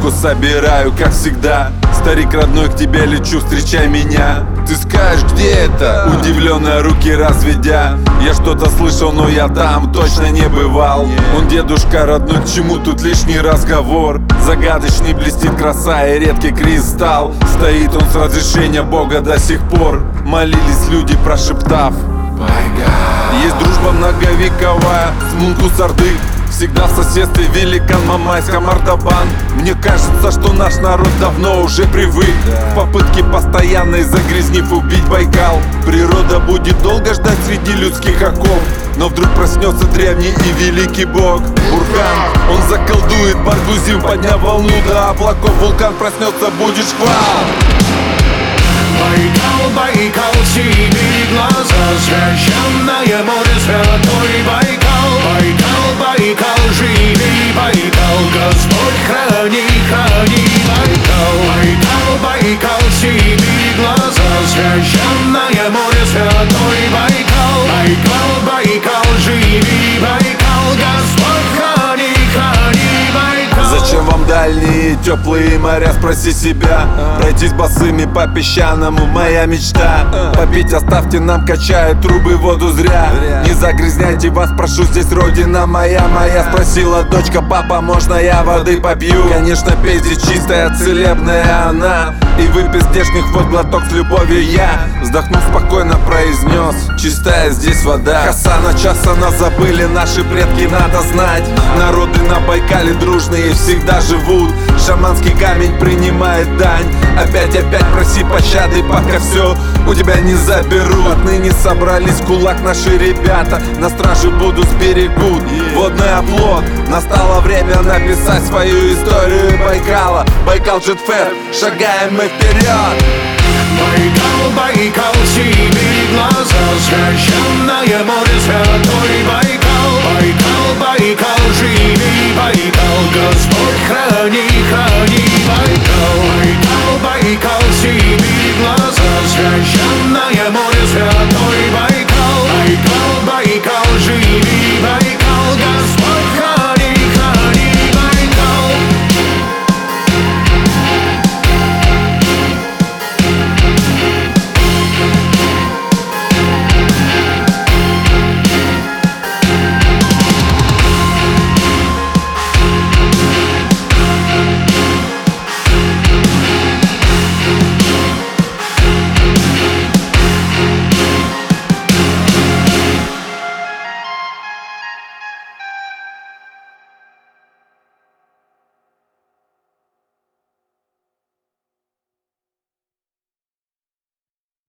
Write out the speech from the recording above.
Музыку собираю, как всегда. Старик родной, к тебе лечу, встречай меня. Ты скажешь, где это? Удивленно руки разведя. Я что-то слышал, но я там точно не бывал. Он дедушка родной, к чему тут лишний разговор? Загадочный блестит краса и редкий кристалл. Стоит он с разрешения Бога до сих пор. Молились люди, прошептав: Байгал. Есть дружба многовековая с Мункус-Орды. Всегда в соседстве великан Мамайска Мордобан. Мне кажется, что наш народ давно уже привык к попытке постоянной, загрязнив, убить Байкал. Природа будет долго ждать среди людских оков, но вдруг проснется древний и великий бог Бурхан. Он заколдует Баргузин, подняв волну до облаков. Вулкан проснется, будет шквал. Байкал, Байкал, синие глаза, священное море, святой Байкал. Байкал, Байкал, живи Байкал, Господь храни, храни Байкал. Байкал, Байкал, синие глаза, священное море, святой Байкал. Байкал, Байкал, живи Байкал, Господь храни, храни Байкал. Зачем вам дальние теплые моря, спроси себя. Пройтись босыми по песчаному, моя мечта. Попить оставьте нам, качают трубы, воду зря. Не загрязняйте вас, прошу, здесь родина моя. Спросила дочка: папа, можно я воды попью? Конечно, пей, здесь чистая, целебная она. И выпей здешних вод глоток с любовью я. Вздохнув, спокойно произнес: чистая здесь вода. Хасана Часана забыли наши предки, надо знать. Народы на Байкале дружные всегда живут. Шаманский камень принимает дань. Опять проси пощады, пока все у тебя не заберут. Отныне собрались в кулак наши ребята. На страже будут, сберегут водный оплот. Настало время написать свою историю Байкала. Байкал Джетфер, шагаем мы вперед. Байкал, Байкал, синие глаза, священное